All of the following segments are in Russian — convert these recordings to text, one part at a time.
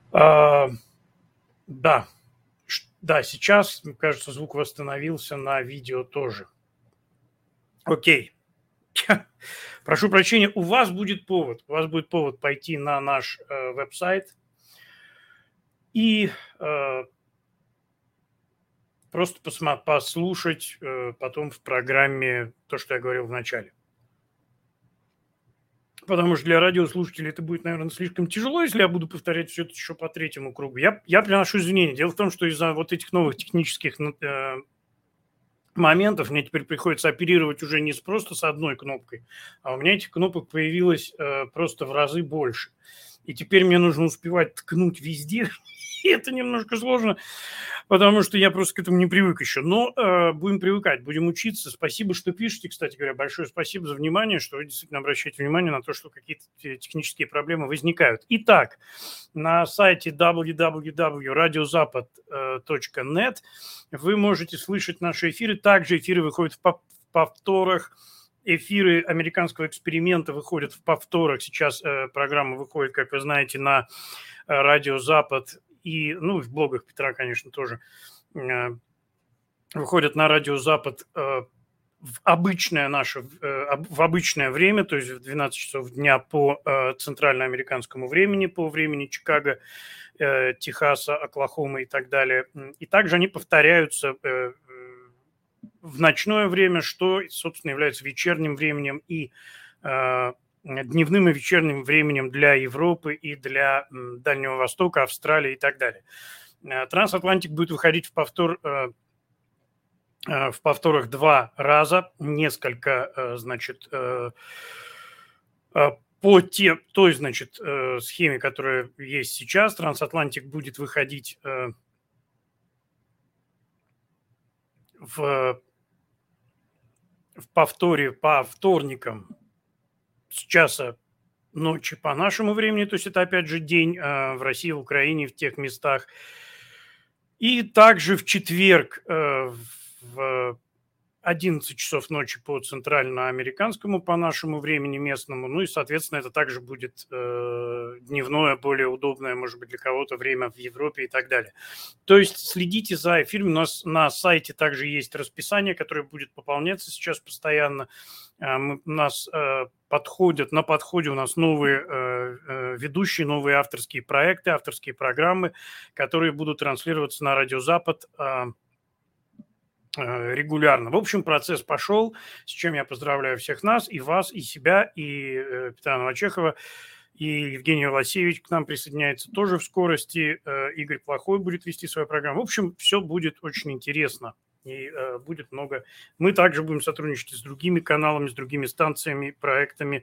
А, да, да, сейчас, мне кажется, звук восстановился на видео тоже. Окей. Прошу прощения, у вас будет повод пойти на наш веб-сайт и просто послушать потом в программе то, что я говорил в начале. Потому что для радиослушателей это будет, наверное, слишком тяжело, если я буду повторять все это еще по третьему кругу. Я приношу извинения. Дело в том, что из-за вот этих новых технических моментов мне теперь приходится оперировать уже не просто с одной кнопкой, а у меня этих кнопок появилось просто в разы больше. И теперь мне нужно успевать ткнуть везде, и это немножко сложно, потому что я просто к этому не привык еще. Но будем привыкать, будем учиться. Спасибо, что пишете, кстати говоря. Большое спасибо за внимание, что вы действительно обращаете внимание на то, что какие-то технические проблемы возникают. Итак, на сайте www.radiozapad.net вы можете слышать наши эфиры. Также эфиры выходят в повторах. Эфиры американского эксперимента выходят в повторах. Сейчас программа выходит, как вы знаете, на Радио Запад и, ну, в блогах Петра, конечно, тоже выходят на Радио Запад в обычное время, то есть в 12 часов дня по центральноамериканскому времени, по времени Чикаго, Техаса, Оклахомы и так далее. И также они повторяются в ночное время, что, собственно, является вечерним временем и дневным и вечерним временем для Европы и для Дальнего Востока, Австралии и так далее. Трансатлантик будет выходить в повторах 2 раза, несколько, значит, по той, значит, схеме, которая есть сейчас. Трансатлантик будет выходить в повторе по вторникам с часа ночи по нашему времени, то есть это опять же день в России, в Украине, в тех местах. И также в четверг в 11 часов ночи по центральноамериканскому, по нашему времени местному. Ну и, соответственно, это также будет дневное, более удобное, может быть, для кого-то время в Европе и так далее. То есть следите за эфирами. У нас на сайте также есть расписание, которое будет пополняться сейчас постоянно. На подходе у нас новые ведущие, новые авторские проекты, авторские программы, которые будут транслироваться на Радио Запад регулярно. В общем, процесс пошел, с чем я поздравляю всех нас, и вас, и себя, и Петра Новочехова, и Евгений Власевич к нам присоединяется тоже в скорости. Игорь Плохой будет вести свою программу. В общем, все будет очень интересно. И будет много. Мы также будем сотрудничать с другими каналами, с другими станциями, проектами.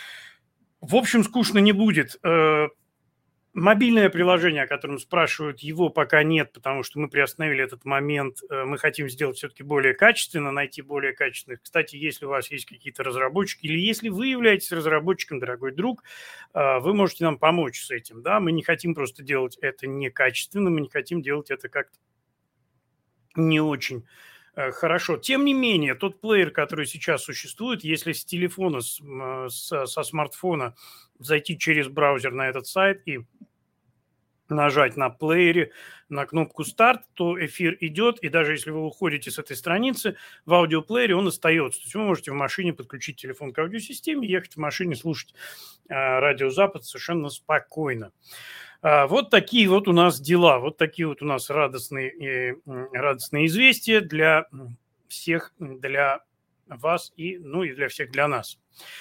В общем, скучно не будет. Мобильное приложение, о котором спрашивают, его пока нет, потому что мы приостановили этот момент. Мы хотим сделать все-таки более качественно, найти более качественных. Кстати, если у вас есть какие-то разработчики, или если вы являетесь разработчиком, дорогой друг, вы можете нам помочь с этим. Да? Мы не хотим просто делать это некачественно, мы не хотим делать это как-то не очень хорошо. Тем не менее, тот плеер, который сейчас существует, если с телефона, со смартфона зайти через браузер на этот сайт и нажать на плеере на кнопку «Старт», то эфир идет, и даже если вы уходите с этой страницы, в аудиоплеере он остается. То есть вы можете в машине подключить телефон к аудиосистеме, ехать в машине, слушать Радио Запад совершенно спокойно. Вот такие вот у нас дела, вот такие вот у нас радостные известия для всех, для вас и, ну, и для всех, для нас.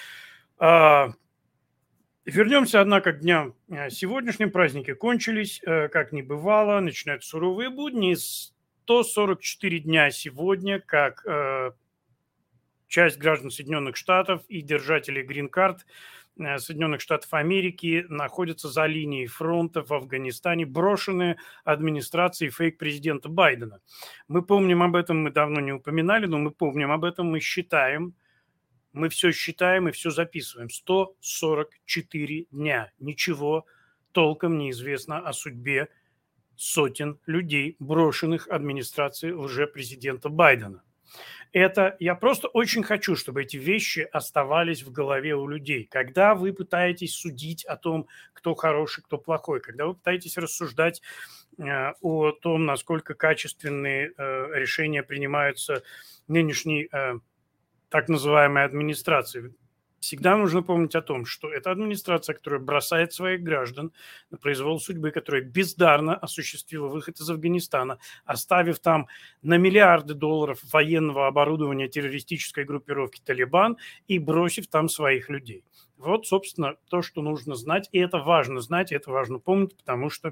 Вернемся, однако, к дням сегодняшним. Праздники кончились, как не бывало, начинаются суровые будни. 144 дня сегодня, как часть граждан Соединенных Штатов и держателей грин-карт Соединенных Штатов Америки находятся за линией фронта в Афганистане, брошенные администрацией фейк-президента Байдена. Мы помним об этом, мы давно не упоминали, но мы помним об этом, мы считаем, мы все считаем и все записываем. 144 дня. Ничего толком не известно о судьбе сотен людей, брошенных администрацией лжепрезидента Байдена. Это я просто очень хочу, чтобы эти вещи оставались в голове у людей. Когда вы пытаетесь судить о том, кто хороший, кто плохой, когда вы пытаетесь рассуждать о том, насколько качественные решения принимаются нынешней так называемой администрацией, всегда нужно помнить о том, что это администрация, которая бросает своих граждан на произвол судьбы, которая бездарно осуществила выход из Афганистана, оставив там на миллиарды долларов военного оборудования террористической группировки «Талибан» и бросив там своих людей. Вот, собственно, то, что нужно знать, и это важно знать, и это важно помнить, потому что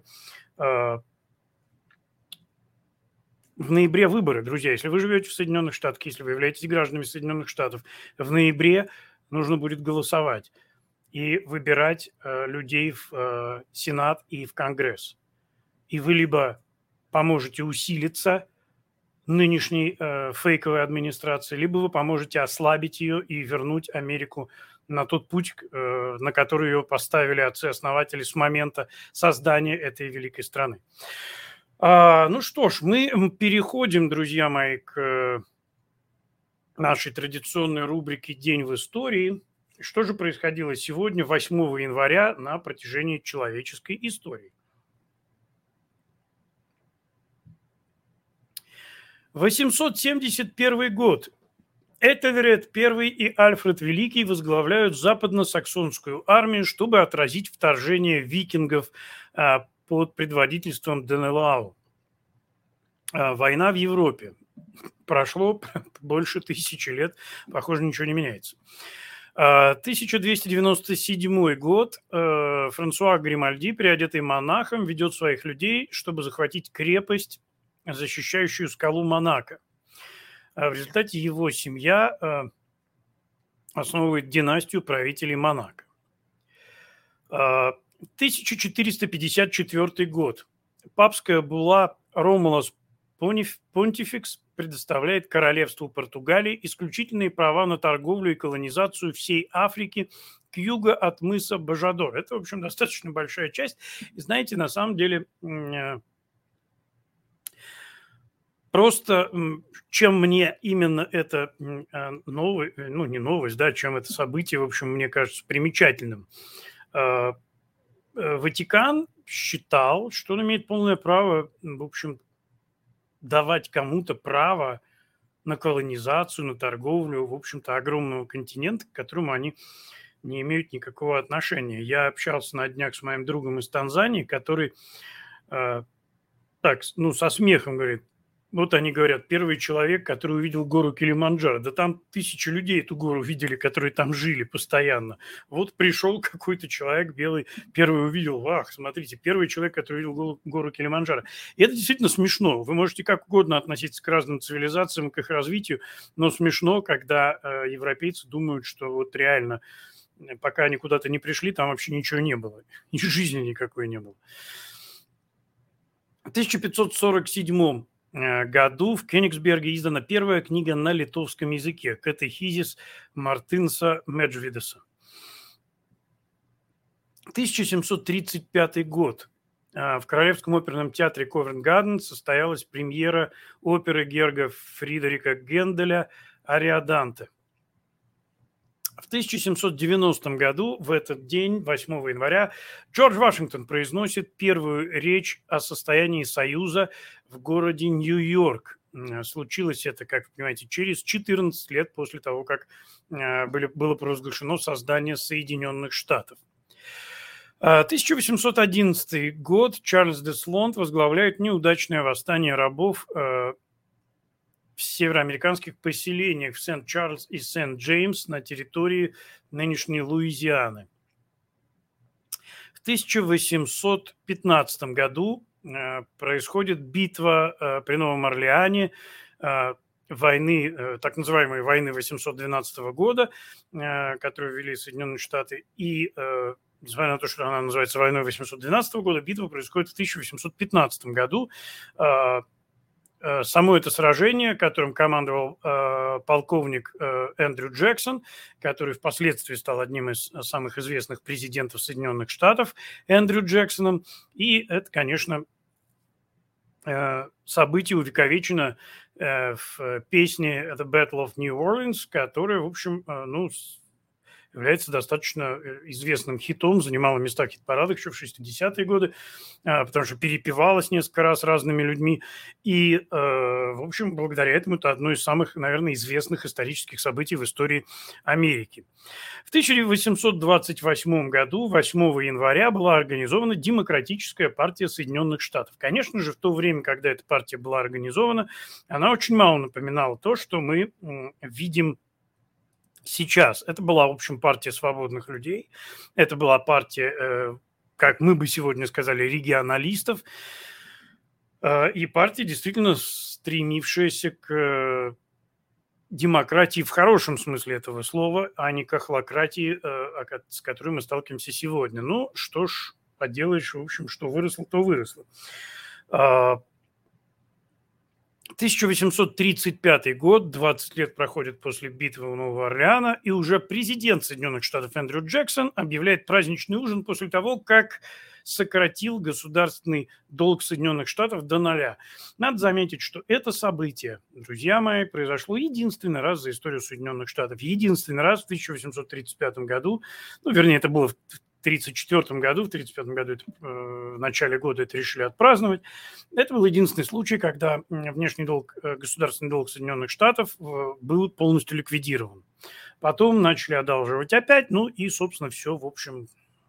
в ноябре выборы, друзья. Если вы живете в Соединенных Штатах, если вы являетесь гражданами Соединенных Штатов, в ноябре нужно будет голосовать и выбирать людей в Сенат и в Конгресс. И вы либо поможете усилиться нынешней фейковой администрации, либо вы поможете ослабить ее и вернуть Америку на тот путь, на который ее поставили отцы-основатели с момента создания этой великой страны. Ну что ж, мы переходим, друзья мои, к нашей традиционной рубрике «День в истории». Что же происходило сегодня, 8 января, на протяжении человеческой истории? 871 год. Этельред I и Альфред Великий возглавляют западно-саксонскую армию, чтобы отразить вторжение викингов под предводительством Денелау. Война в Европе. Прошло больше 1000 лет, похоже, ничего не меняется. 1297 год. Франсуа Гримальди, переодетый монахом, ведет своих людей, чтобы захватить крепость, защищающую скалу Монако. В результате его семья основывает династию правителей Монако. 1454 год. Папская булла Ромулус Понтификс предоставляет королевству Португалии исключительные права на торговлю и колонизацию всей Африки к югу от мыса Божадор. Это, в общем, достаточно большая часть. И знаете, на самом деле, просто чем мне именно это новость, ну не новость, да, чем это событие, в общем, мне кажется примечательным. Ватикан считал, что он имеет полное право, в общем, давать кому-то право на колонизацию, на торговлю, в общем-то, огромного континента, к которому они не имеют никакого отношения. Я общался на днях с моим другом из Танзании, который со смехом говорит, вот они говорят, первый человек, который увидел гору Килиманджаро. Да там 1000 людей эту гору видели, которые там жили постоянно. Вот пришел какой-то человек белый, первый увидел, смотрите, первый человек, который увидел гору Килиманджаро. И это действительно смешно. Вы можете как угодно относиться к разным цивилизациям, к их развитию, но смешно, когда европейцы думают, что вот реально, пока они куда-то не пришли, там вообще ничего не было. И жизни никакой не было. В 1547 году в Кёнигсберге издана первая книга на литовском языке «Катехизис Мартинса Меджвидеса». 1735 год. В Королевском оперном театре Ковент-Гарден состоялась премьера оперы Георга Фридерика Генделя «Ариаданте». В 1790 году, в этот день, 8 января, Джордж Вашингтон произносит первую речь о состоянии Союза в городе Нью-Йорк. Случилось это, как вы понимаете, через 14 лет после того, как было провозглашено создание Соединенных Штатов. 1811 год. Чарльз де Слонт возглавляет неудачное восстание рабов в североамериканских поселениях в Сент-Чарльз и Сент-Джеймс на территории нынешней Луизианы. В 1815 году происходит битва при Новом Орлеане, войны, так называемой войны 812 года, которую вели Соединенные Штаты, и несмотря на то, что она называется войной 812 года, битва происходит в 1815 году. Само это сражение, которым командовал полковник Эндрю Джексон, который впоследствии стал одним из самых известных президентов Соединенных Штатов, Эндрю Джексоном. И это, конечно, событие увековечено в песне «The Battle of New Orleans», которая, в общем, является достаточно известным хитом, занимала места в хит-парадах еще в 60-е годы, потому что перепевалась несколько раз разными людьми. И, в общем, благодаря этому это одно из самых, наверное, известных исторических событий в истории Америки. В 1828 году, 8 января, была организована Демократическая партия Соединенных Штатов. Конечно же, в то время, когда эта партия была организована, она очень мало напоминала то, что мы видим сейчас. Это была, в общем, партия свободных людей. Это была партия, как мы бы сегодня сказали, регионалистов. И партия, действительно стремившаяся к демократии в хорошем смысле этого слова, а не к охлократии, с которой мы сталкиваемся сегодня. Ну, что ж поделаешь, в общем, что выросло, то выросло. 1835 год, 20 лет проходит после битвы у Нового Орлеана, и уже президент Соединенных Штатов Эндрю Джексон объявляет праздничный ужин после того, как сократил государственный долг Соединенных Штатов до 0. Надо заметить, что это событие, друзья мои, произошло единственный раз за историю Соединенных Штатов. Единственный раз в 1835 году, вернее, это было в 1934 году, в 1935 году, в начале года это решили отпраздновать. Это был единственный случай, когда внешний долг, государственный долг Соединенных Штатов был полностью ликвидирован. Потом начали одалживать опять, и, собственно, все, в общем,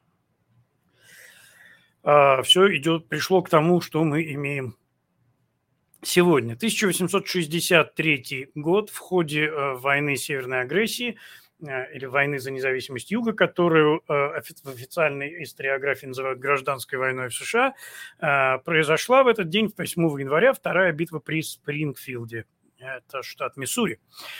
все пришло к тому, что мы имеем сегодня. 1863 год, в ходе войны северной агрессии, или войны за независимость Юга, которую в официальной историографии называют гражданской войной в США, произошла в этот день, 8 января, вторая битва при Спрингфилде. Это штат Миссури.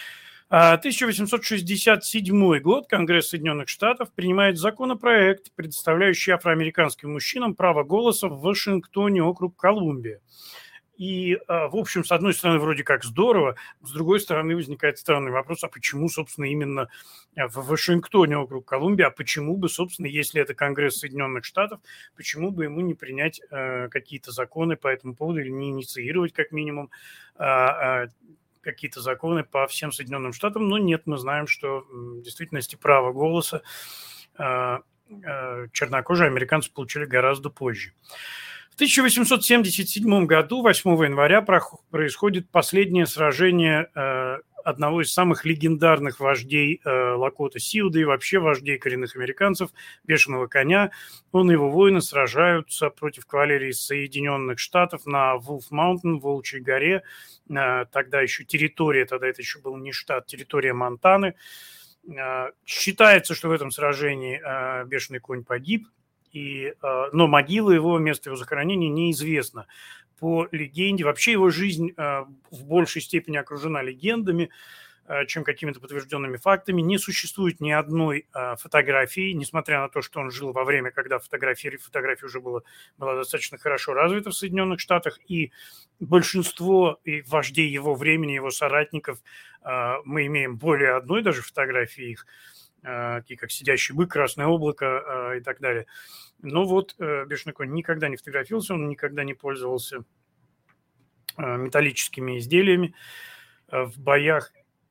1867 год. Конгресс Соединенных Штатов принимает законопроект, предоставляющий афроамериканским мужчинам право голоса в Вашингтоне, округ Колумбия. И, в общем, с одной стороны, вроде как здорово, с другой стороны, возникает странный вопрос, а почему, собственно, именно в Вашингтоне, округ Колумбия, а почему бы, собственно, если это Конгресс Соединенных Штатов, почему бы ему не принять какие-то законы по этому поводу или не инициировать, как минимум, какие-то законы по всем Соединенным Штатам? Но нет, мы знаем, что в действительности право голоса чернокожие американцы получили гораздо позже. В 1877 году, 8 января, происходит последнее сражение одного из самых легендарных вождей Лакота Сиуда и вообще вождей коренных американцев, Бешеного коня. Он и его воины сражаются против кавалерии Соединенных Штатов на Вулф-Маунтин, Волчьей горе. Тогда еще территория, тогда это еще был не штат, территория Монтаны. Считается, что в этом сражении Бешеный конь погиб. Но могила его, место его захоронения неизвестно. По легенде, вообще его жизнь в большей степени окружена легендами, чем какими-то подтвержденными фактами. Не существует ни одной фотографии, несмотря на то, что он жил во время, когда фотография уже была достаточно хорошо развита в Соединенных Штатах, и большинство вождей его времени, его соратников, мы имеем более одной даже фотографии их, такие как «Сидящий бык», «Красное облако» и так далее. Но Бешеный конь никогда не фотографировался, он никогда не пользовался металлическими изделиями в боях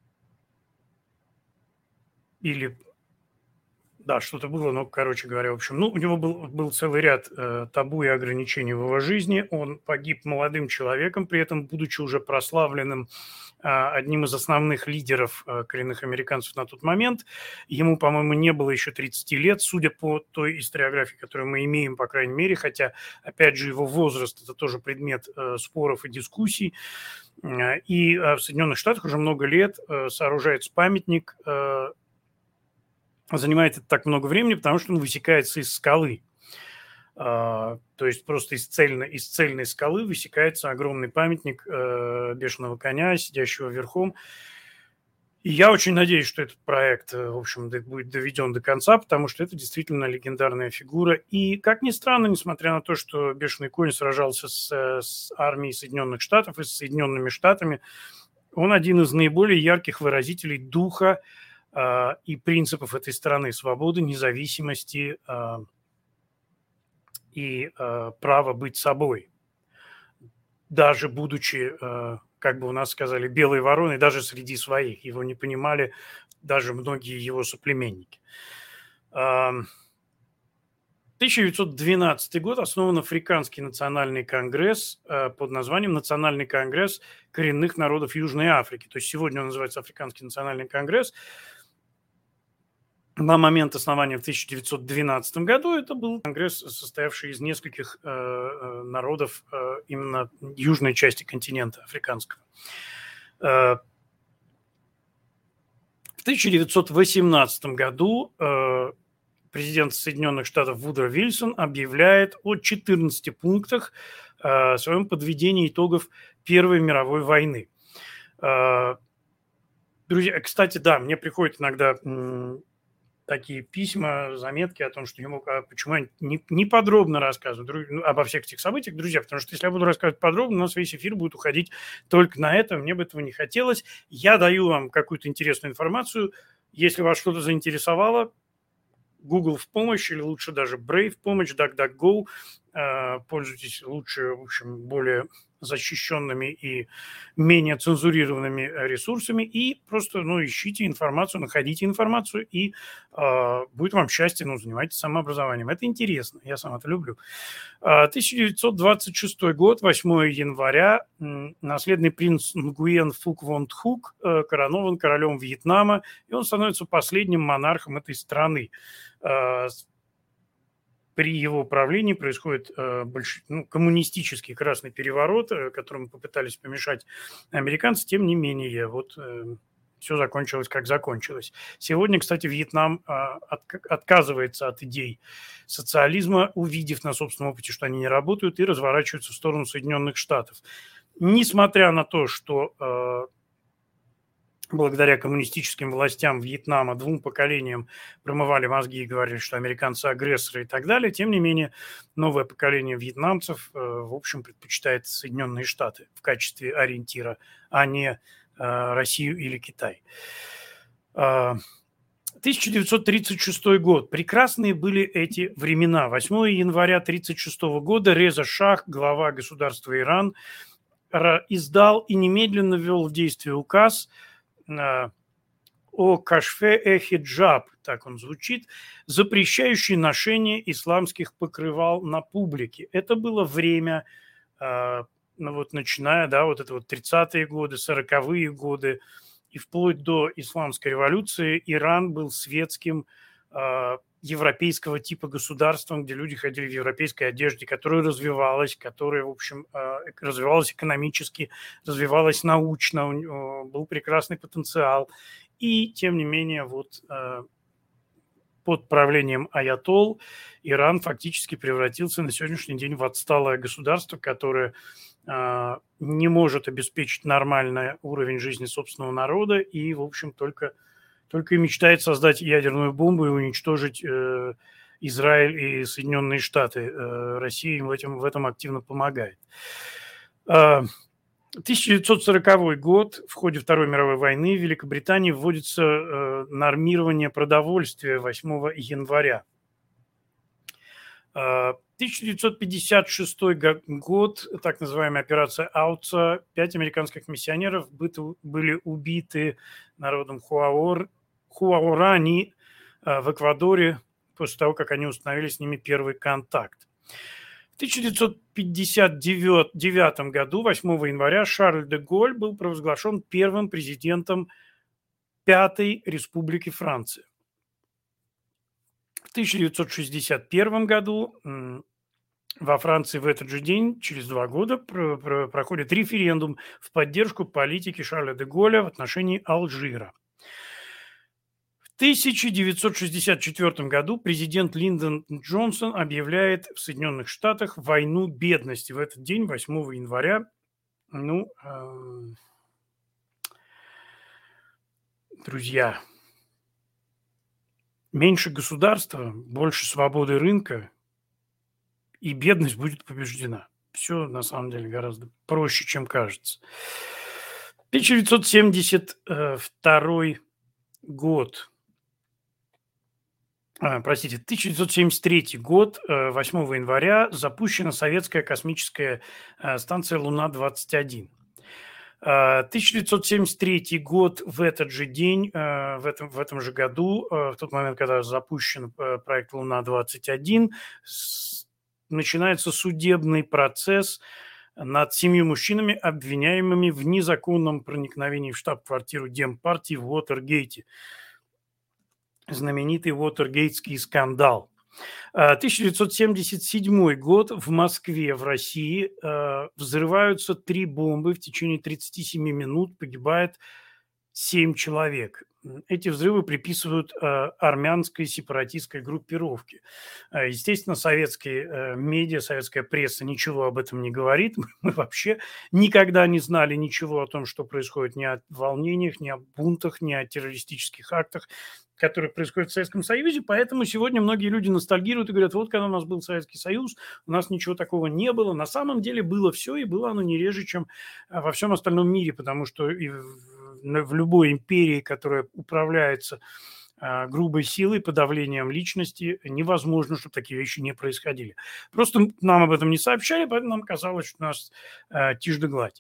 или... Да, что-то было, но, короче говоря, в общем, у него был целый ряд табу и ограничений в его жизни. Он погиб молодым человеком, при этом будучи уже прославленным одним из основных лидеров коренных американцев на тот момент. Ему, по-моему, не было еще 30 лет, судя по той историографии, которую мы имеем, по крайней мере, хотя, опять же, его возраст – это тоже предмет споров и дискуссий. И в Соединенных Штатах уже много лет сооружается памятник. Занимает это так много времени, потому что он высекается из скалы. То есть просто из цельной скалы высекается огромный памятник Бешеного коня, сидящего верхом. И я очень надеюсь, что этот проект, в общем, будет доведен до конца, потому что это действительно легендарная фигура. И, как ни странно, несмотря на то, что Бешеный конь сражался с армией Соединенных Штатов и с Соединенными Штатами, он один из наиболее ярких выразителей духа и принципов этой страны: свободы, независимости и права быть собой. даже будучи, как бы у нас сказали, белой вороной, даже среди своих. Его не понимали даже многие его соплеменники. 1912 год основан Африканский национальный конгресс под названием Национальный конгресс коренных народов Южной Африки. То есть сегодня он называется Африканский национальный конгресс. На момент основания в 1912 году это был конгресс, состоявший из нескольких народов именно южной части континента африканского. В 1918 году президент Соединенных Штатов Вудро Вильсон объявляет о 14 пунктах в своем подведении итогов Первой мировой войны. Друзья, кстати, да, мне приходят иногда такие письма, заметки о том, что почему я не подробно рассказываю обо всех этих событиях, друзья, потому что если я буду рассказывать подробно, у нас весь эфир будет уходить только на это, мне бы этого не хотелось. Я даю вам какую-то интересную информацию. Если вас что-то заинтересовало, Google в помощь, или лучше даже Brave в помощь, DuckDuckGo. Пользуйтесь лучше, в общем, более защищенными и менее цензурированными ресурсами и просто, ищите информацию, находите информацию, и будет вам счастье, занимайтесь самообразованием. Это интересно, я сам это люблю. 1926 год, 8 января, наследный принц Нгуен Фук Вонт Хук коронован королем Вьетнама, и он становится последним монархом этой страны. При его правлении происходит коммунистический красный переворот, которым попытались помешать американцы. Тем не менее, все закончилось, как закончилось. Сегодня, кстати, Вьетнам отказывается от идей социализма, увидев на собственном опыте, что они не работают, и разворачивается в сторону Соединенных Штатов. Несмотря на то, что благодаря коммунистическим властям Вьетнама 2 поколениям промывали мозги и говорили, что американцы агрессоры и так далее. Тем не менее, новое поколение вьетнамцев, в общем, предпочитает Соединенные Штаты в качестве ориентира, а не Россию или Китай. 1936 год. Прекрасные были эти времена. 8 января 1936 года Реза Шах, глава государства Иран, издал и немедленно ввел в действие указ о кашфе-э-хиджаб, так он звучит, запрещающий ношение исламских покрывал на публике. Это было время, начиная, 30-е годы, 40-е годы, и вплоть до исламской революции Иран был светским европейского типа государством, где люди ходили в европейской одежде, которая развивалась, развивалась экономически, развивалась научно, был прекрасный потенциал. И, тем не менее, под правлением аятолл Иран фактически превратился на сегодняшний день в отсталое государство, которое не может обеспечить нормальный уровень жизни собственного народа и, в общем, только и мечтает создать ядерную бомбу и уничтожить Израиль и Соединенные Штаты. Россия им в этом активно помогает. 1940 год. В ходе Второй мировой войны в Великобритании вводится нормирование продовольствия 8 января. 1956 год, так называемая операция Аутса. 5 американских миссионеров были убиты народом Хуаорани в Эквадоре после того, как они установили с ними первый контакт. В 1959 году, 8 января, Шарль де Голль был провозглашен первым президентом Пятой Республики Франции. В 1961 году во Франции в этот же день, через 2 года, проходит референдум в поддержку политики Шарля де Голля в отношении Алжира. В 1964 году президент Линдон Джонсон объявляет в Соединенных Штатах войну бедности. В этот день, 8 января, друзья, меньше государства, больше свободы рынка, и бедность будет побеждена. Все, на самом деле, гораздо проще, чем кажется. 1972 год. простите, 1973 год, 8 января запущена советская космическая станция «Луна-21». 1973 год, в этот же день, в этом же году, в тот момент, когда запущен проект «Луна-21», начинается судебный процесс над 7 мужчинами, обвиняемыми в незаконном проникновении в штаб-квартиру Демпартии в Уотергейте. Знаменитый Уотергейтский скандал. 1977 год, в Москве, в России, взрываются 3 бомбы, в течение 37 минут погибает 7 человек. Эти взрывы приписывают армянской сепаратистской группировке. Естественно, советские медиа, советская пресса ничего об этом не говорит. Мы вообще никогда не знали ничего о том, что происходит ни о волнениях, ни о бунтах, ни о террористических актах, которые происходят в Советском Союзе. Поэтому сегодня многие люди ностальгируют и говорят, вот когда у нас был Советский Союз, у нас ничего такого не было. На самом деле было все, и было оно не реже, чем во всем остальном мире, потому что и в любой империи, которая управляется грубой силой, подавлением личности, невозможно, чтобы такие вещи не происходили. Просто нам об этом не сообщали, поэтому нам казалось, что у нас тишь да гладь.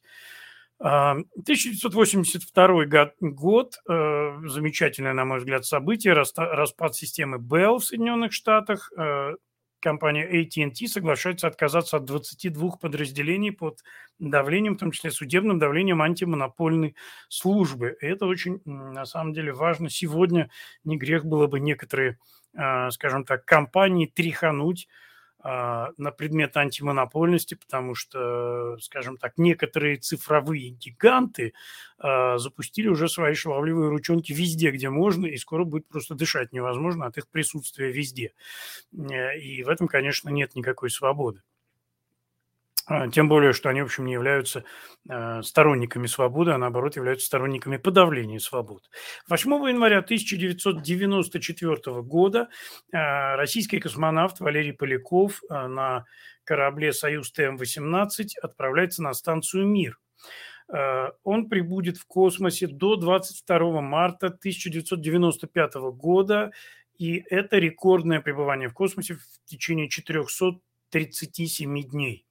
1982 год, замечательное, на мой взгляд, событие, распад системы Bell в Соединенных Штатах. Компания AT&T соглашается отказаться от 22 подразделений под давлением, в том числе судебным давлением антимонопольной службы. И это очень, на самом деле, важно. Сегодня не грех было бы некоторые, скажем так, компании тряхануть на предмет антимонопольности, потому что, скажем так, некоторые цифровые гиганты запустили уже свои шаловливые ручонки везде, где можно, и скоро будет просто дышать невозможно от их присутствия везде. И в этом, конечно, нет никакой свободы. Тем более, что они, в общем, не являются сторонниками свободы, а наоборот являются сторонниками подавления свобод. 8 января 1994 года российский космонавт Валерий Поляков на корабле «Союз ТМ-18» отправляется на станцию «Мир». Он прибудет в космосе до 22 марта 1995 года, и это рекордное пребывание в космосе в течение 437 дней.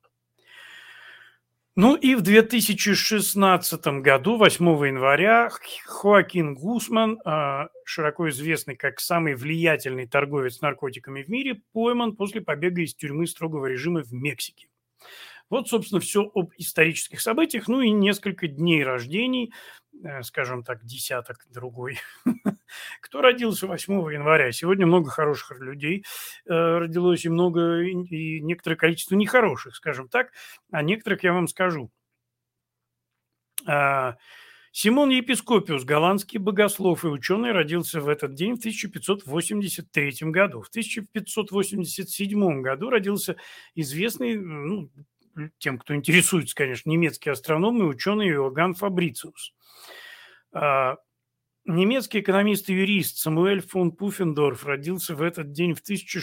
Ну и в 2016 году, 8 января, Хоакин Гусман, широко известный как самый влиятельный торговец наркотиками в мире, пойман после побега из тюрьмы строгого режима в Мексике. Вот, собственно, все об исторических событиях, ну и несколько дней рождений, скажем так, десяток другой. Кто родился 8 января? Сегодня много хороших людей родилось, и и некоторое количество нехороших, скажем так. О некоторых я вам скажу. Симон Епископиус, голландский богослов и ученый, родился в этот день в 1583 году. В 1587 году родился известный, ну, тем, кто интересуется, конечно, немецкий астроном и ученый Иоганн Фабрициус. Немецкий экономист и юрист Самуэль фон Пуффендорф родился в этот день в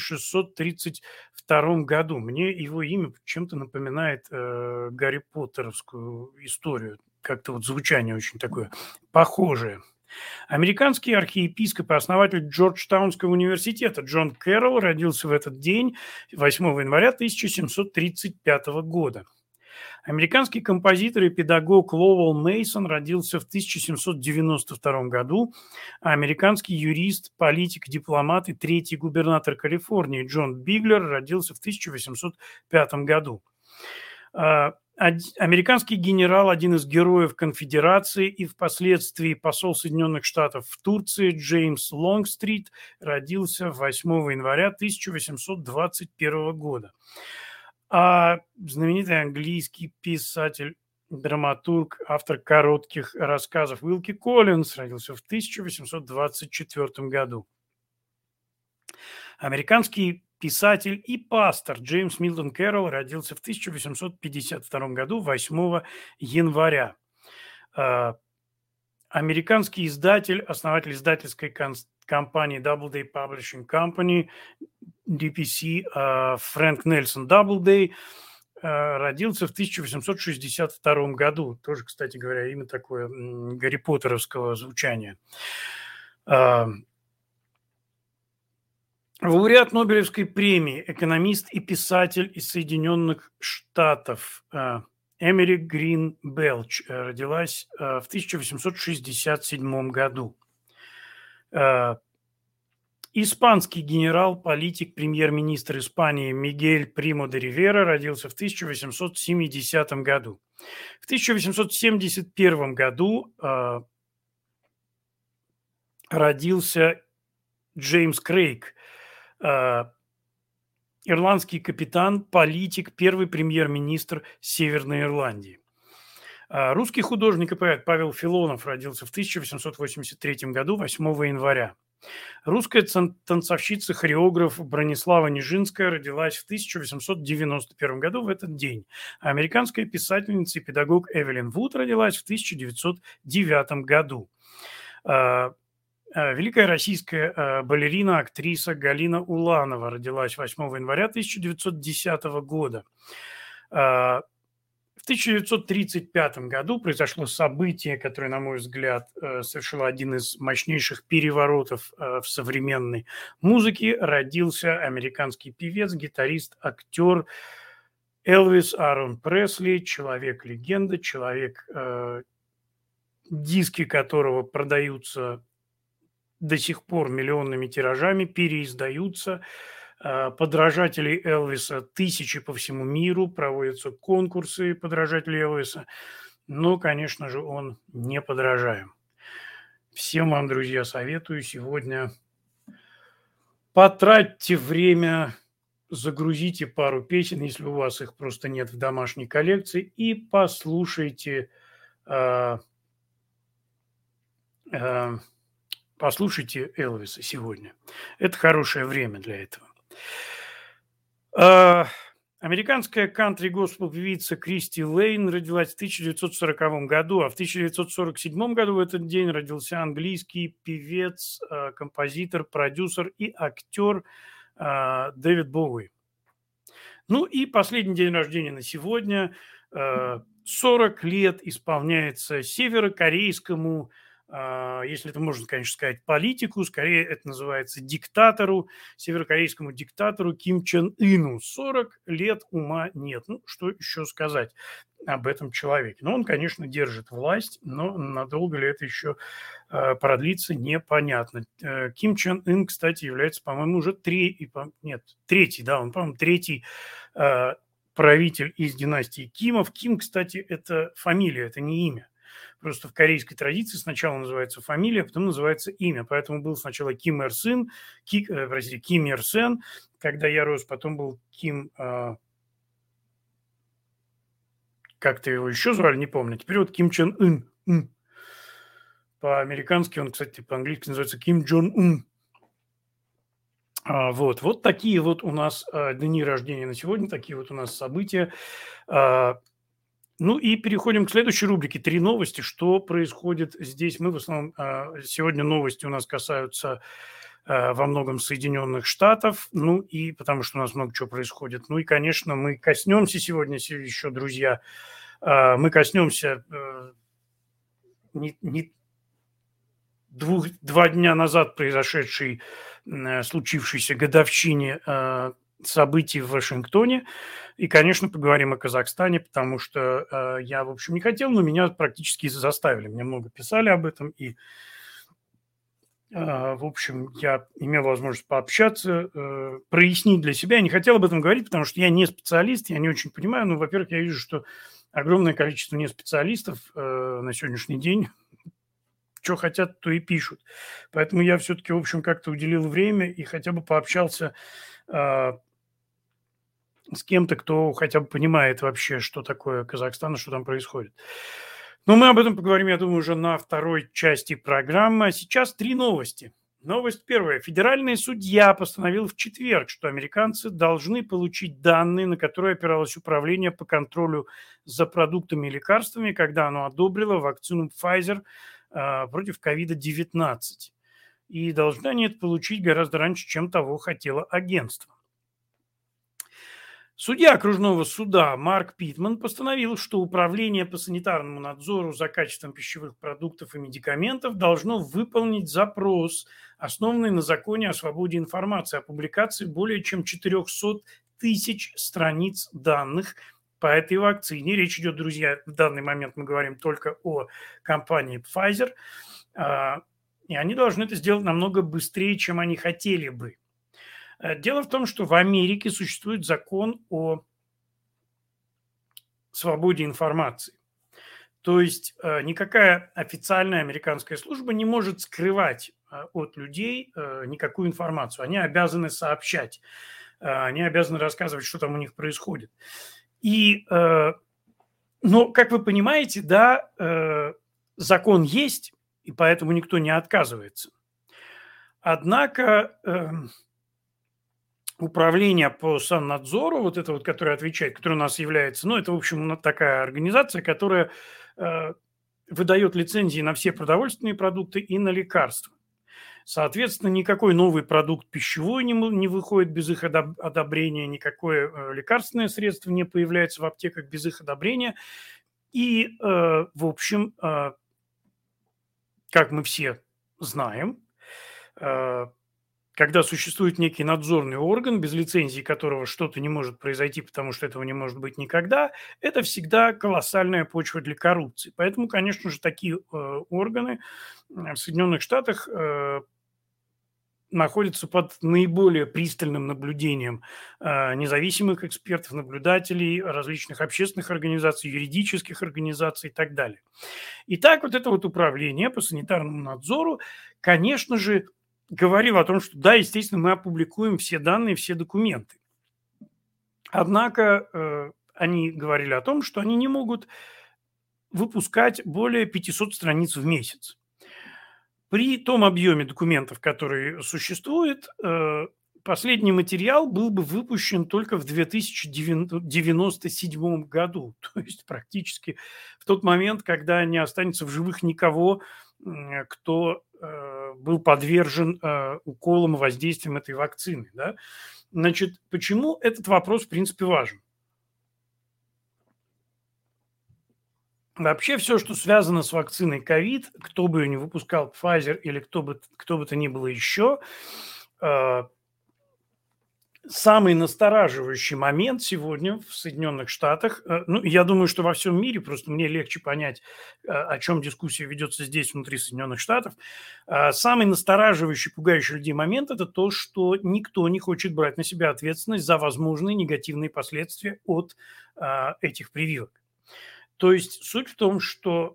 1632 году. Мне его имя чем-то напоминает Гарри Поттеровскую историю. Как-то вот звучание очень такое похожее. Американский архиепископ и основатель Джорджтаунского университета Джон Кэрролл родился в этот день, 8 января 1735 года. Американский композитор и педагог Лоуэлл Мейсон родился в 1792 году, а американский юрист, политик, дипломат и третий губернатор Калифорнии Джон Биглер родился в 1805 году. Американский генерал, один из героев конфедерации и впоследствии посол Соединенных Штатов в Турции Джеймс Лонгстрит родился 8 января 1821 года. А знаменитый английский писатель, драматург, автор коротких рассказов Уилки Коллинз родился в 1824 году. Американский писатель и пастор Джеймс Милтон Кэрролл родился в 1852 году, 8 января. Американский издатель, основатель издательской компании Doubleday Publishing Company, DPC, Фрэнк Нельсон Даблдей, родился в 1862 году. Тоже, кстати говоря, имя такое Гарри Поттеровского звучания. Лауреат Нобелевской премии, экономист и писатель из Соединенных Штатов Эмери Грин Белч родилась в 1867 году. Испанский генерал, политик, премьер-министр Испании Мигель Примо де Ривера родился в 1870 году. В 1871 году родился Джеймс Крейг, ирландский капитан, политик, первый премьер-министр Северной Ирландии. Русский художник и поэт Павел Филонов родился в 1883 году, 8 января. Русская танцовщица, хореограф Бронислава Нижинская родилась в 1891 году в этот день. Американская писательница и педагог Эвелин Вуд родилась в 1909 году. Великая российская балерина, актриса Галина Уланова родилась 8 января 1910 года. В 1935 году произошло событие, которое, на мой взгляд, совершило один из мощнейших переворотов в современной музыке. Родился американский певец, гитарист, актер Элвис Аарон Пресли, человек-легенда, человек, диски которого продаются до сих пор миллионными тиражами, переиздаются. Подражателей Элвиса тысячи по всему миру, проводятся конкурсы подражателей Элвиса, но, конечно же, он не подражаем. Всем вам, друзья, советую сегодня потратьте время, загрузите пару песен, если у вас их просто нет в домашней коллекции, и послушайте Элвиса сегодня. Это хорошее время для этого. Американская кантри-госпел-певица Кристи Лейн родилась в 1940 году, а в 1947 году в этот день родился английский певец, композитор, продюсер и актер Дэвид Боуи. Ну и последний день рождения на сегодня. 40 лет исполняется северокорейскому, если это можно, конечно, сказать, политику, скорее это называется диктатору, северокорейскому диктатору Ким Чен Ыну. 40 лет ума нет. Ну, что еще сказать об этом человеке? Ну, он, конечно, держит власть, но надолго ли это еще продлится, непонятно. Ким Чен Ын, кстати, является, по-моему, уже третий, да, он, по-моему, третий правитель из династии Кимов. Ким, кстати, это фамилия, это не имя. Просто в корейской традиции сначала называется фамилия, потом называется имя. Поэтому был сначала Ким Ир Сен, Ким Ир Сен, когда я рос, потом был Ким, как-то его еще звали, не помню. Теперь вот Ким Чен Ын. По-американски он, кстати, по-английски называется Ким Джон Ун. Вот такие вот у нас дни рождения на сегодня, такие вот у нас события. Ну и переходим к следующей рубрике «Три новости». Что происходит здесь? Мы в основном сегодня новости у нас касаются во многом Соединенных Штатов, ну и потому что у нас много чего происходит. Ну и, конечно, мы коснемся сегодня еще, друзья, мы коснемся два дня назад произошедшей, случившейся годовщине событий в Вашингтоне. И, конечно, поговорим о Казахстане, потому что я, в общем, не хотел, но меня практически заставили. Мне много писали об этом, и, в общем, я имел возможность пообщаться, прояснить для себя. Я не хотел об этом говорить, потому что я не специалист, я не очень понимаю. Ну, во-первых, я вижу, что огромное количество неспециалистов на сегодняшний день что хотят, то и пишут. Поэтому я все-таки, в общем, как-то уделил время и хотя бы пообщался с кем-то, кто хотя бы понимает вообще, что такое Казахстан и что там происходит. Но мы об этом поговорим, я думаю, уже на второй части программы. А сейчас три новости. Новость первая. Федеральный судья постановил в четверг, что американцы должны получить данные, на которые опиралось Управление по контролю за продуктами и лекарствами, когда оно одобрило вакцину Pfizer против COVID-19. И должны они это получить гораздо раньше, чем того хотело агентство. Судья окружного суда Марк Питман постановил, что Управление по санитарному надзору за качеством пищевых продуктов и медикаментов должно выполнить запрос, основанный на законе о свободе информации, о публикации более чем 400 тысяч страниц данных по этой вакцине. Речь идет, друзья, в данный момент мы говорим только о компании Pfizer, и они должны это сделать намного быстрее, чем они хотели бы. Дело в том, что в Америке существует закон о свободе информации. То есть никакая официальная американская служба не может скрывать от людей никакую информацию. Они обязаны сообщать, они обязаны рассказывать, что там у них происходит. Но, как вы понимаете, да, закон есть, и поэтому никто не отказывается. Однако Управление по саннадзору, вот это вот, которое отвечает, которое у нас является, ну, это, в общем, такая организация, которая выдает лицензии на все продовольственные продукты и на лекарства. Соответственно, никакой новый продукт пищевой не выходит без их одобрения, никакое лекарственное средство не появляется в аптеках без их одобрения. И, в общем, как мы все знаем, когда существует некий надзорный орган, без лицензии которого что-то не может произойти, потому что этого не может быть никогда, это всегда колоссальная почва для коррупции. Поэтому, конечно же, такие органы в Соединенных Штатах находятся под наиболее пристальным наблюдением независимых экспертов, наблюдателей, различных общественных организаций, юридических организаций и так далее. Итак, вот это вот управление по санитарному надзору, конечно же, говорил о том, что да, естественно, мы опубликуем все данные, все документы. Однако они говорили о том, что они не могут выпускать более 500 страниц в месяц. При том объеме документов, который существует, последний материал был бы выпущен только в 2097 году, то есть практически в тот момент, когда не останется в живых никого, кто был подвержен уколам и воздействиям этой вакцины. Да? Значит, почему этот вопрос, в принципе, важен? Вообще все, что связано с вакциной ковид, кто бы ее не выпускал, Pfizer или кто бы то ни было еще, самый настораживающий момент сегодня в Соединенных Штатах, ну, я думаю, что во всем мире, просто мне легче понять, о чем дискуссия ведется здесь, внутри Соединенных Штатов. Самый настораживающий, пугающий людей момент – это то, что никто не хочет брать на себя ответственность за возможные негативные последствия от этих прививок. То есть суть в том, что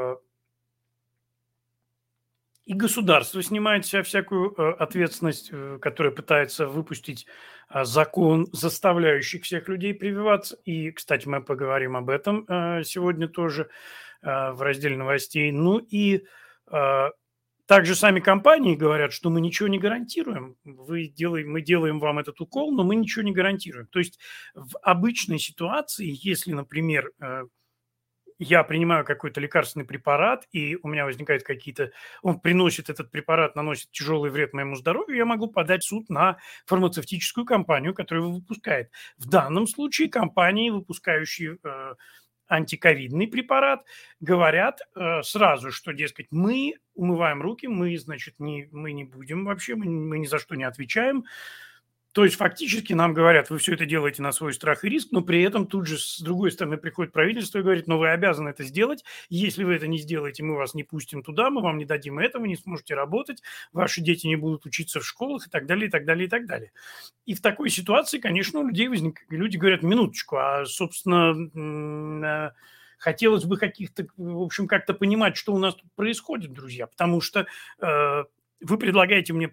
и государство снимает с себя всякую ответственность, которая пытается выпустить закон, заставляющий всех людей прививаться. И, кстати, мы поговорим об этом сегодня тоже в разделе новостей. Ну и также сами компании говорят, что мы ничего не гарантируем. Мы делаем вам этот укол, но мы ничего не гарантируем. То есть в обычной ситуации, если, например, я принимаю какой-то лекарственный препарат, и у меня возникают какие-то... Он приносит этот препарат, наносит тяжелый вред моему здоровью, я могу подать в суд на фармацевтическую компанию, которая его выпускает. В данном случае компании, выпускающие антиковидный препарат, говорят сразу, что, дескать, мы умываем руки, мы, значит, мы не будем вообще, мы ни за что не отвечаем. То есть фактически нам говорят, вы все это делаете на свой страх и риск, но при этом тут же с другой стороны приходит правительство и говорит, но вы обязаны это сделать, если вы это не сделаете, мы вас не пустим туда, мы вам не дадим этого, вы не сможете работать, ваши дети не будут учиться в школах и так далее, и так далее, и так далее. И в такой ситуации, конечно, у людей люди говорят, минуточку, а, собственно, хотелось бы в общем, как-то понимать, что у нас тут происходит, друзья, потому что вы предлагаете мне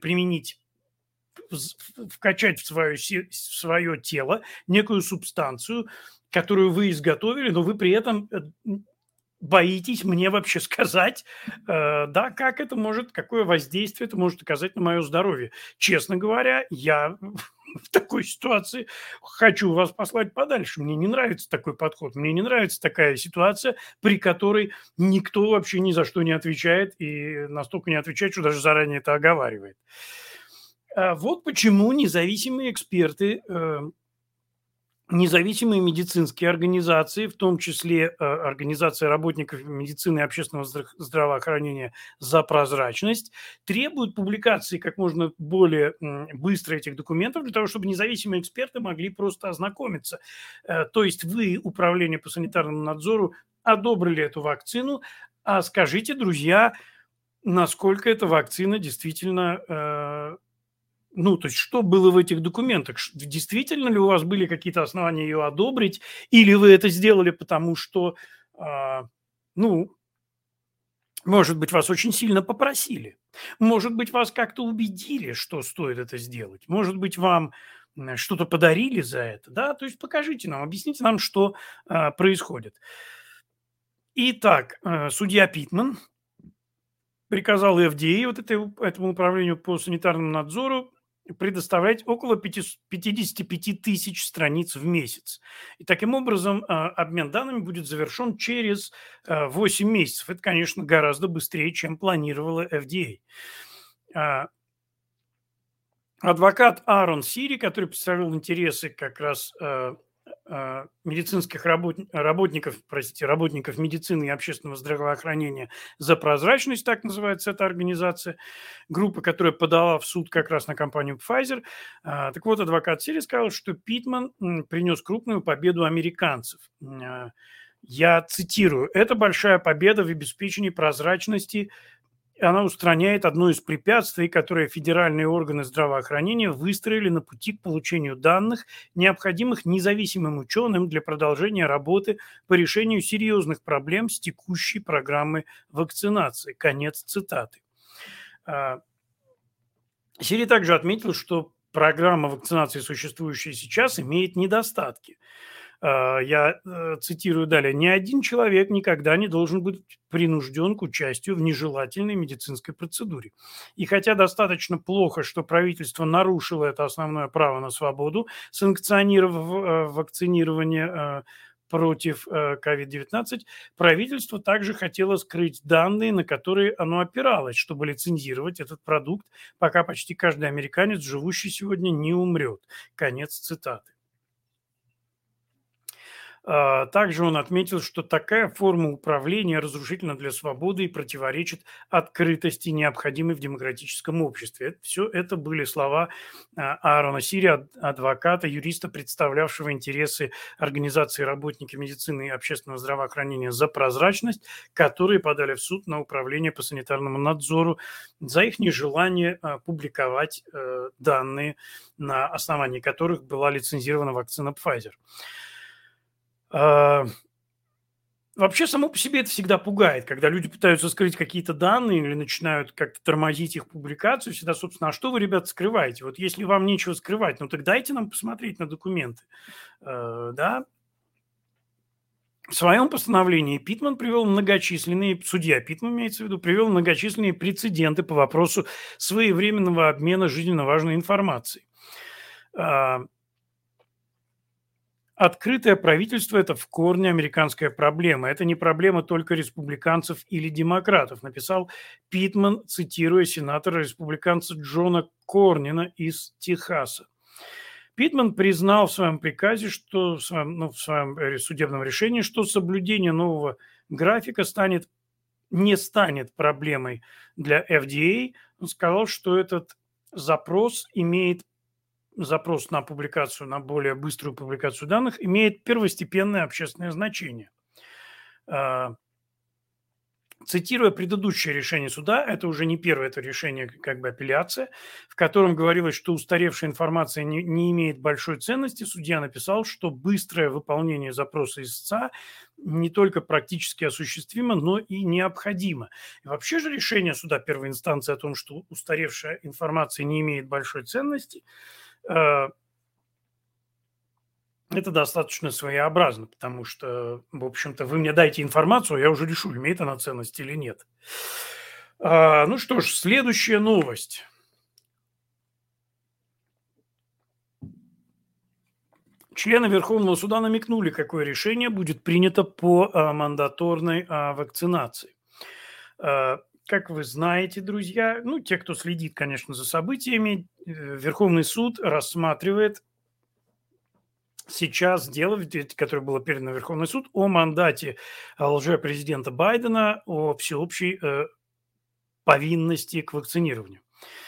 вкачать в свое тело некую субстанцию, которую вы изготовили, но вы при этом боитесь мне вообще сказать, да, какое воздействие это может оказать на мое здоровье. Честно говоря, я в такой ситуации хочу вас послать подальше. Мне не нравится такой подход, мне не нравится такая ситуация, при которой никто вообще ни за что не отвечает и настолько не отвечает, что даже заранее это оговаривает. Вот почему независимые эксперты независимые медицинские организации, в том числе Организация работников медицины и общественного здравоохранения «За прозрачность», требуют публикации как можно более быстро этих документов для того, чтобы независимые эксперты могли просто ознакомиться. То есть вы, Управление по санитарному надзору, одобрили эту вакцину, а скажите, друзья, насколько эта вакцина действительно ну, то есть что было в этих документах? Действительно ли у вас были какие-то основания ее одобрить, или вы это сделали потому, что, ну, может быть, вас очень сильно попросили? Может быть, вас как-то убедили, что стоит это сделать? Может быть, вам что-то подарили за это? Да, то есть покажите нам, объясните нам, что происходит. Итак, судья Питман приказал FDA, этому управлению по санитарному надзору, предоставлять около 55 тысяч страниц в месяц. И таким образом обмен данными будет завершен через 8 месяцев. Это, конечно, гораздо быстрее, чем планировала FDA. Адвокат Аарон Сири, который представлял интересы как раз медицинских работников медицины и общественного здравоохранения «За прозрачность», так называется эта организация, группа, которая подала в суд как раз на компанию Pfizer. Так вот, адвокат Сири сказал, что Питман принес крупную победу американцев. Я цитирую: «Это большая победа в обеспечении прозрачности. Она устраняет одно из препятствий, которое федеральные органы здравоохранения выстроили на пути к получению данных, необходимых независимым ученым для продолжения работы по решению серьезных проблем с текущей программой вакцинации». Конец цитаты. Сири также отметил, что программа вакцинации, существующая сейчас, имеет недостатки. Я цитирую далее: «Ни один человек никогда не должен быть принужден к участию в нежелательной медицинской процедуре. И хотя достаточно плохо, что правительство нарушило это основное право на свободу, санкционировав вакцинирование против COVID-19, правительство также хотело скрыть данные, на которые оно опиралось, чтобы лицензировать этот продукт, пока почти каждый американец, живущий сегодня, не умрет». Конец цитаты. Также он отметил, что такая форма управления разрушительна для свободы и противоречит открытости, необходимой в демократическом обществе. Все это были слова Аарона Сири, адвоката, юриста, представлявшего интересы организации работники медицины и общественного здравоохранения «За прозрачность», которые подали в суд на Управление по санитарному надзору за их нежелание публиковать данные, на основании которых была лицензирована вакцина Pfizer. Вообще, само по себе это всегда пугает, когда люди пытаются скрыть какие-то данные или начинают как-то тормозить их публикацию. Всегда, собственно, а что вы, ребята, скрываете? Вот если вам нечего скрывать, ну так дайте нам посмотреть на документы. Да? В своем постановлении Питман привел многочисленные, судья Питман имеется в виду, привел многочисленные прецеденты по вопросу своевременного обмена жизненно важной информацией. Открытое правительство – это в корне американская проблема. Это не проблема только республиканцев или демократов, написал Питман, цитируя сенатора-республиканца Джона Корнина из Техаса. Питман признал в своем приказе, что в своем судебном решении, что соблюдение нового графика не станет проблемой для FDA. Он сказал, что этот запрос на публикацию, на более быструю публикацию данных имеет первостепенное общественное значение. Цитируя предыдущее решение суда, это уже не первое, это решение как бы апелляция, в котором говорилось, что устаревшая информация не имеет большой ценности, судья написал, что быстрое выполнение запроса истца не только практически осуществимо, но и необходимо. И вообще же решение суда первой инстанции о том, что устаревшая информация не имеет большой ценности, это достаточно своеобразно, потому что, в общем-то, вы мне дайте информацию, я уже решу, имеет она ценность или нет. Ну что ж, следующая новость. Члены Верховного суда намекнули, какое решение будет принято по мандаторной вакцинации. Как вы знаете, друзья, ну, те, кто следит, конечно, за событиями, Верховный суд рассматривает сейчас дело, которое было передано в Верховный суд, о мандате лжепрезидента Байдена, о всеобщей повинности к вакцинированию.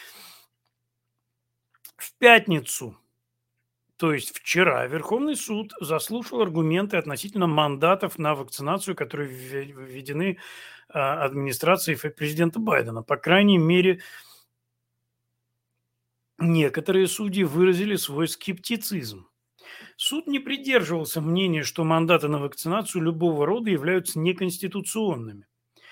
В пятницу, то есть вчера, Верховный суд заслушал аргументы относительно мандатов на вакцинацию, которые введены администрацией президента Байдена. По крайней мере, некоторые судьи выразили свой скептицизм. Суд не придерживался мнения, что мандаты на вакцинацию любого рода являются неконституционными.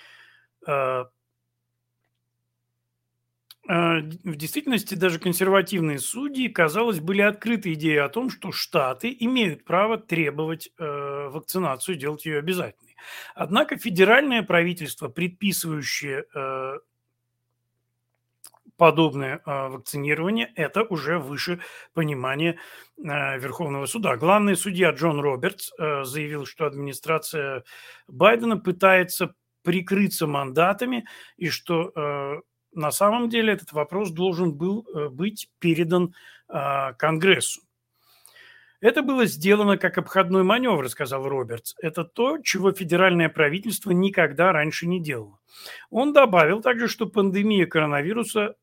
В действительности даже консервативные судьи, казалось, были открыты идее о том, что штаты имеют право требовать вакцинацию, делать ее обязательной. Однако федеральное правительство, предписывающее подобное вакцинирование, это уже выше понимания Верховного суда. Главный судья Джон Робертс заявил, что администрация Байдена пытается прикрыться мандатами и что на самом деле этот вопрос должен был быть передан Конгрессу. Это было сделано как обходной маневр, сказал Робертс. Это то, чего федеральное правительство никогда раньше не делало. Он добавил также, что пандемия коронавируса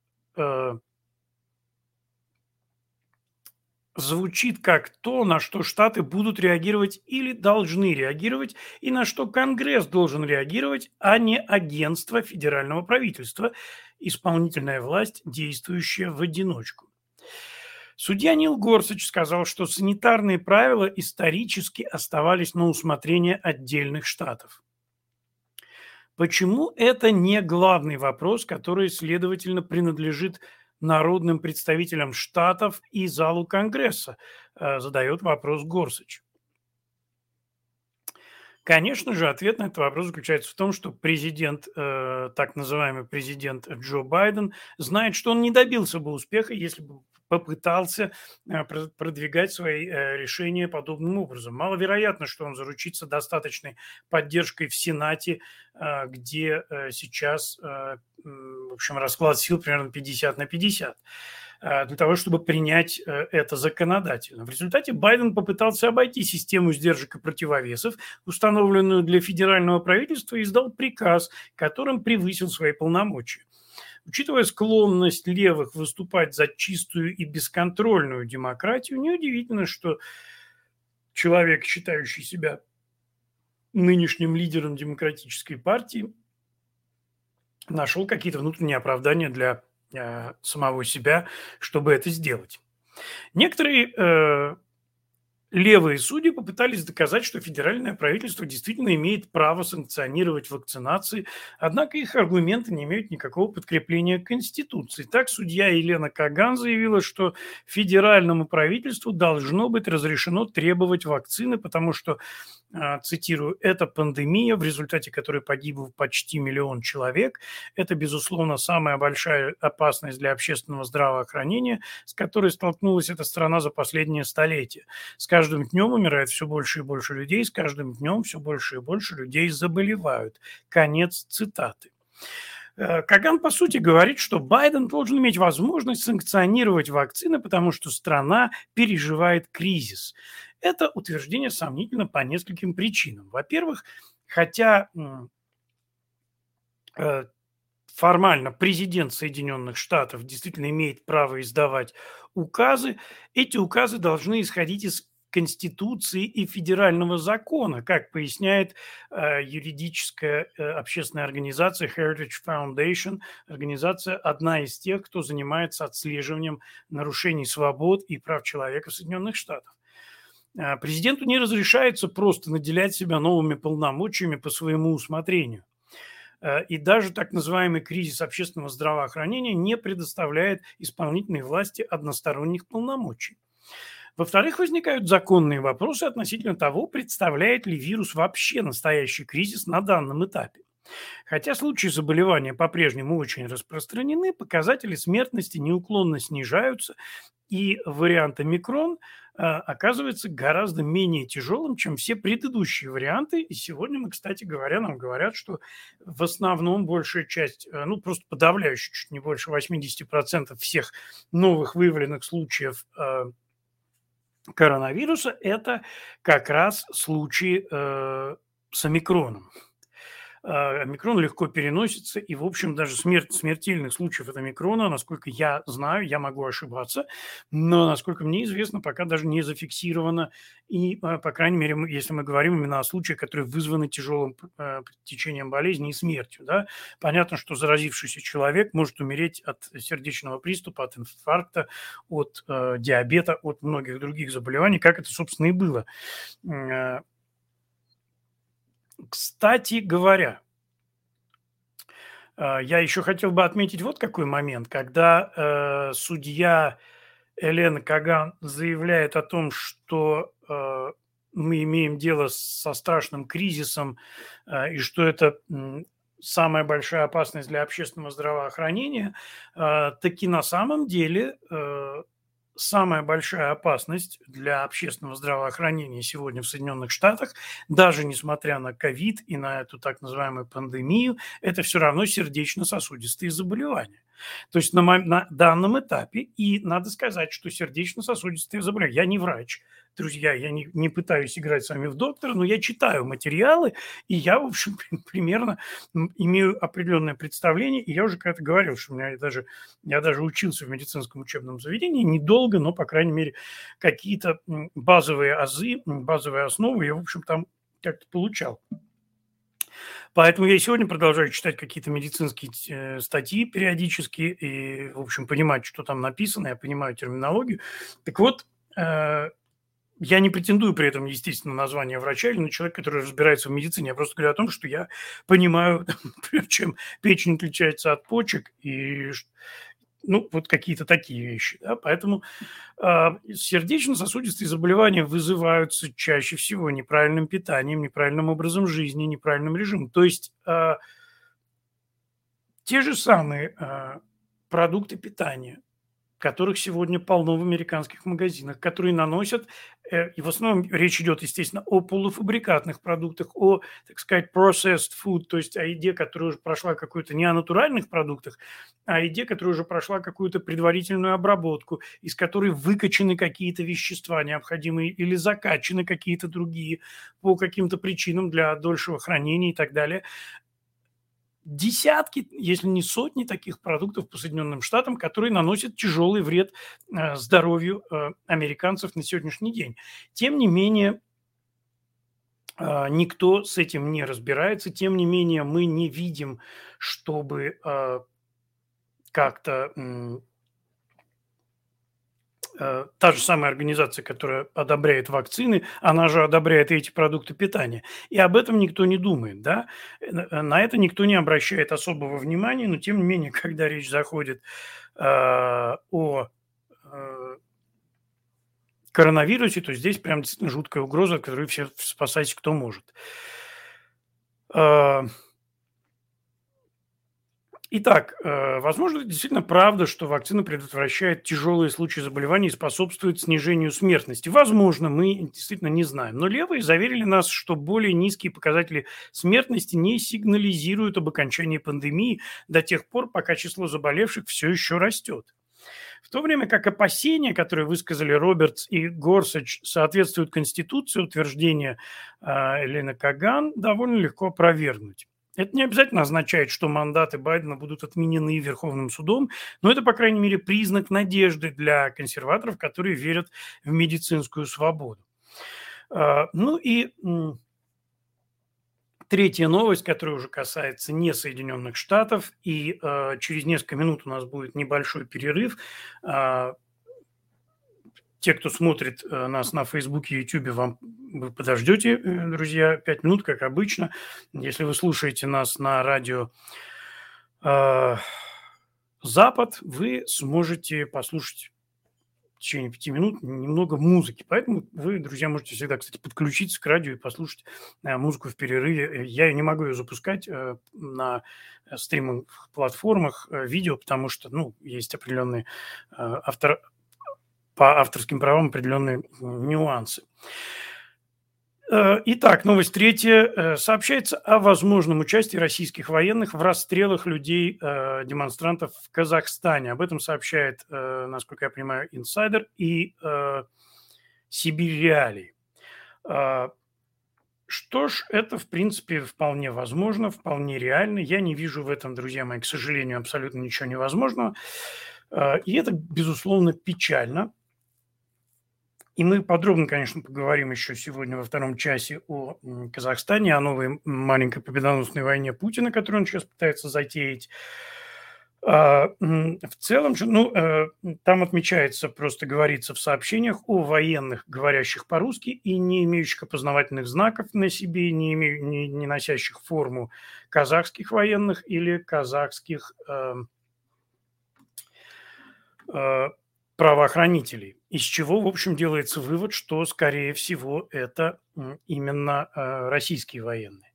звучит как то, на что штаты будут реагировать или должны реагировать, и на что Конгресс должен реагировать, а не агентство федерального правительства, исполнительная власть, действующая в одиночку. Судья Нил Горсуч сказал, что санитарные правила исторически оставались на усмотрение отдельных штатов. Почему это не главный вопрос, который, следовательно, принадлежит народным представителям штатов и залу Конгресса, задает вопрос Горсуч. Конечно же, ответ на этот вопрос заключается в том, что президент, так называемый президент Джо Байден, знает, что он не добился бы успеха, если бы попытался продвигать свои решения подобным образом. Маловероятно, что он заручится достаточной поддержкой в Сенате, где сейчас, в общем, расклад сил примерно 50/50. Для того, чтобы принять это законодательно. В результате Байден попытался обойти систему сдержек и противовесов, установленную для федерального правительства, и издал приказ, которым превысил свои полномочия. Учитывая склонность левых выступать за чистую и бесконтрольную демократию, неудивительно, что человек, считающий себя нынешним лидером демократической партии, нашел какие-то внутренние оправдания для самого себя, чтобы это сделать. Некоторые левые судьи попытались доказать, что федеральное правительство действительно имеет право санкционировать вакцинации, однако их аргументы не имеют никакого подкрепления Конституции. Так, судья Елена Каган заявила, что федеральному правительству должно быть разрешено требовать вакцины, потому что, цитирую, «это пандемия, в результате которой погибло почти 1 миллион человек. Это, безусловно, самая большая опасность для общественного здравоохранения, с которой столкнулась эта страна за последнее столетие. С каждым днем умирает все больше и больше людей, с каждым днем все больше и больше людей заболевают». Конец цитаты. Каган, по сути, говорит, что Байден должен иметь возможность санкционировать вакцины, потому что страна переживает кризис. Это утверждение сомнительно по нескольким причинам. Во-первых, хотя формально президент Соединенных Штатов действительно имеет право издавать указы, эти указы должны исходить из Конституции и федерального закона, как поясняет юридическая общественная организация Heritage Foundation, организация одна из тех, кто занимается отслеживанием нарушений свобод и прав человека в Соединенных Штатах. Президенту не разрешается просто наделять себя новыми полномочиями по своему усмотрению. И даже так называемый кризис общественного здравоохранения не предоставляет исполнительной власти односторонних полномочий. Во-вторых, возникают законные вопросы относительно того, представляет ли вирус вообще настоящий кризис на данном этапе. Хотя случаи заболевания по-прежнему очень распространены, показатели смертности неуклонно снижаются, и вариант омикрон оказывается гораздо менее тяжелым, чем все предыдущие варианты. И сегодня мы, кстати говоря, нам говорят, что в основном большая часть, ну просто подавляющая, чуть не больше 80% всех новых выявленных случаев коронавируса – это как раз случай с омикроном. Омикрон легко переносится, и, в общем, даже смертельных случаев от омикрона, насколько я знаю, я могу ошибаться, но, насколько мне известно, пока даже не зафиксировано. И, по крайней мере, если мы говорим именно о случаях, которые вызваны тяжелым течением болезни и смертью. Да? Понятно, что заразившийся человек может умереть от сердечного приступа, от инфаркта, от диабета, от многих других заболеваний, как это, собственно, и было. Кстати говоря, я еще хотел бы отметить вот какой момент, когда судья Элена Каган заявляет о том, что мы имеем дело со страшным кризисом и что это самая большая опасность для общественного здравоохранения, таки на самом деле самая большая опасность для общественного здравоохранения сегодня в Соединенных Штатах, даже несмотря на ковид и на эту так называемую пандемию, это все равно сердечно-сосудистые заболевания. То есть на данном этапе, и надо сказать, что сердечно-сосудистые заболевания, я не врач, друзья, я не пытаюсь играть с вами в доктора, но я читаю материалы, и я, в общем, примерно имею определенное представление, и я уже когда-то говорил, что я даже учился в медицинском учебном заведении, недолго, но, по крайней мере, какие-то базовые азы, базовые основы я, в общем, там как-то получал. Поэтому я и сегодня продолжаю читать какие-то медицинские статьи периодически и, в общем, понимать, что там написано, я понимаю терминологию. Так вот, я не претендую при этом, естественно, на звание врача или на человека, который разбирается в медицине. Я просто говорю о том, что я понимаю, чем печень отличается от почек и вот какие-то такие вещи. Да? Поэтому сердечно-сосудистые заболевания вызываются чаще всего неправильным питанием, неправильным образом жизни, неправильным режимом. То есть те же самые продукты питания, которых сегодня полно в американских магазинах, которые наносят, и в основном речь идет, естественно, о полуфабрикатных продуктах, о, так сказать, processed food, то есть о еде, которая уже прошла какую-то, не о натуральных продуктах, а о еде, которая уже прошла какую-то предварительную обработку, из которой выкачаны какие-то вещества необходимые или закачаны какие-то другие по каким-то причинам для дольшего хранения и так далее. Десятки, если не сотни таких продуктов по Соединенным Штатам, которые наносят тяжелый вред здоровью американцев на сегодняшний день. Тем не менее, никто с этим не разбирается, тем не менее мы не видим, чтобы как-то та же самая организация, которая одобряет вакцины, она же одобряет и эти продукты питания. И об этом никто не думает, да? На это никто не обращает особого внимания, но тем не менее, когда речь заходит о коронавирусе, то здесь прям действительно жуткая угроза, от которой все спасайтесь, кто может. Итак, возможно, действительно правда, что вакцина предотвращает тяжелые случаи заболеваний и способствует снижению смертности. Возможно, мы действительно не знаем. Но левые заверили нас, что более низкие показатели смертности не сигнализируют об окончании пандемии до тех пор, пока число заболевших все еще растет. В то время как опасения, которые высказали Робертс и Горсач, соответствуют Конституции, утверждения Элены Каган довольно легко опровергнуть. Это не обязательно означает, что мандаты Байдена будут отменены Верховным судом, но это, по крайней мере, признак надежды для консерваторов, которые верят в медицинскую свободу. Ну и третья новость, которая уже касается не Соединенных Штатов, и через несколько минут у нас будет небольшой перерыв. Те, кто смотрит нас на Фейсбуке и Ютубе, вы подождете, друзья, 5 минут, как обычно. Если вы слушаете нас на радио «Запад», вы сможете послушать в течение 5 минут немного музыки. Поэтому вы, друзья, можете всегда, кстати, подключиться к радио и послушать музыку в перерыве. Я не могу ее запускать на стриминговых платформах видео, потому что, есть определенные по авторским правам определенные нюансы. Итак, новость третья. Сообщается о возможном участии российских военных в расстрелах людей, демонстрантов в Казахстане. Об этом сообщает, насколько я понимаю, инсайдер. И Сибирь реалий. А, Что ж, это, в принципе, вполне возможно, вполне реально. Я не вижу в этом, друзья мои, к сожалению, абсолютно ничего невозможного. И это, безусловно, печально. И мы подробно, конечно, поговорим еще сегодня во втором часе о Казахстане, о новой маленькой победоносной войне Путина, которую он сейчас пытается затеять. В целом же, там отмечается, просто говорится в сообщениях о военных, говорящих по-русски и не имеющих опознавательных знаков на себе, не носящих форму казахских военных или казахских правоохранителей. Из чего, в общем, делается вывод, что, скорее всего, это именно российские военные.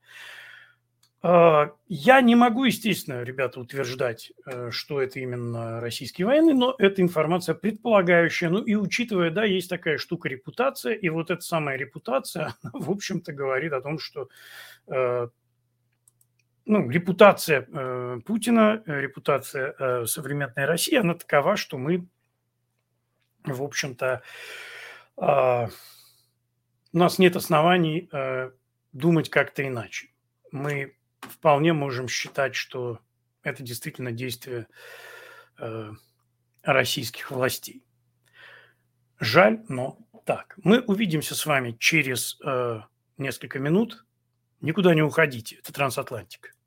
Я не могу, естественно, ребята, утверждать, что это именно российские военные, но это информация предполагающая. Ну и учитывая, да, есть такая штука репутация, и вот эта самая репутация, она, в общем-то, говорит о том, что репутация Путина, репутация современной России, она такова, что мы, в общем-то, у нас нет оснований думать как-то иначе. Мы вполне можем считать, что это действительно действие российских властей. Жаль, но так. Мы увидимся с вами через несколько минут. Никуда не уходите. Это «Трансатлантика».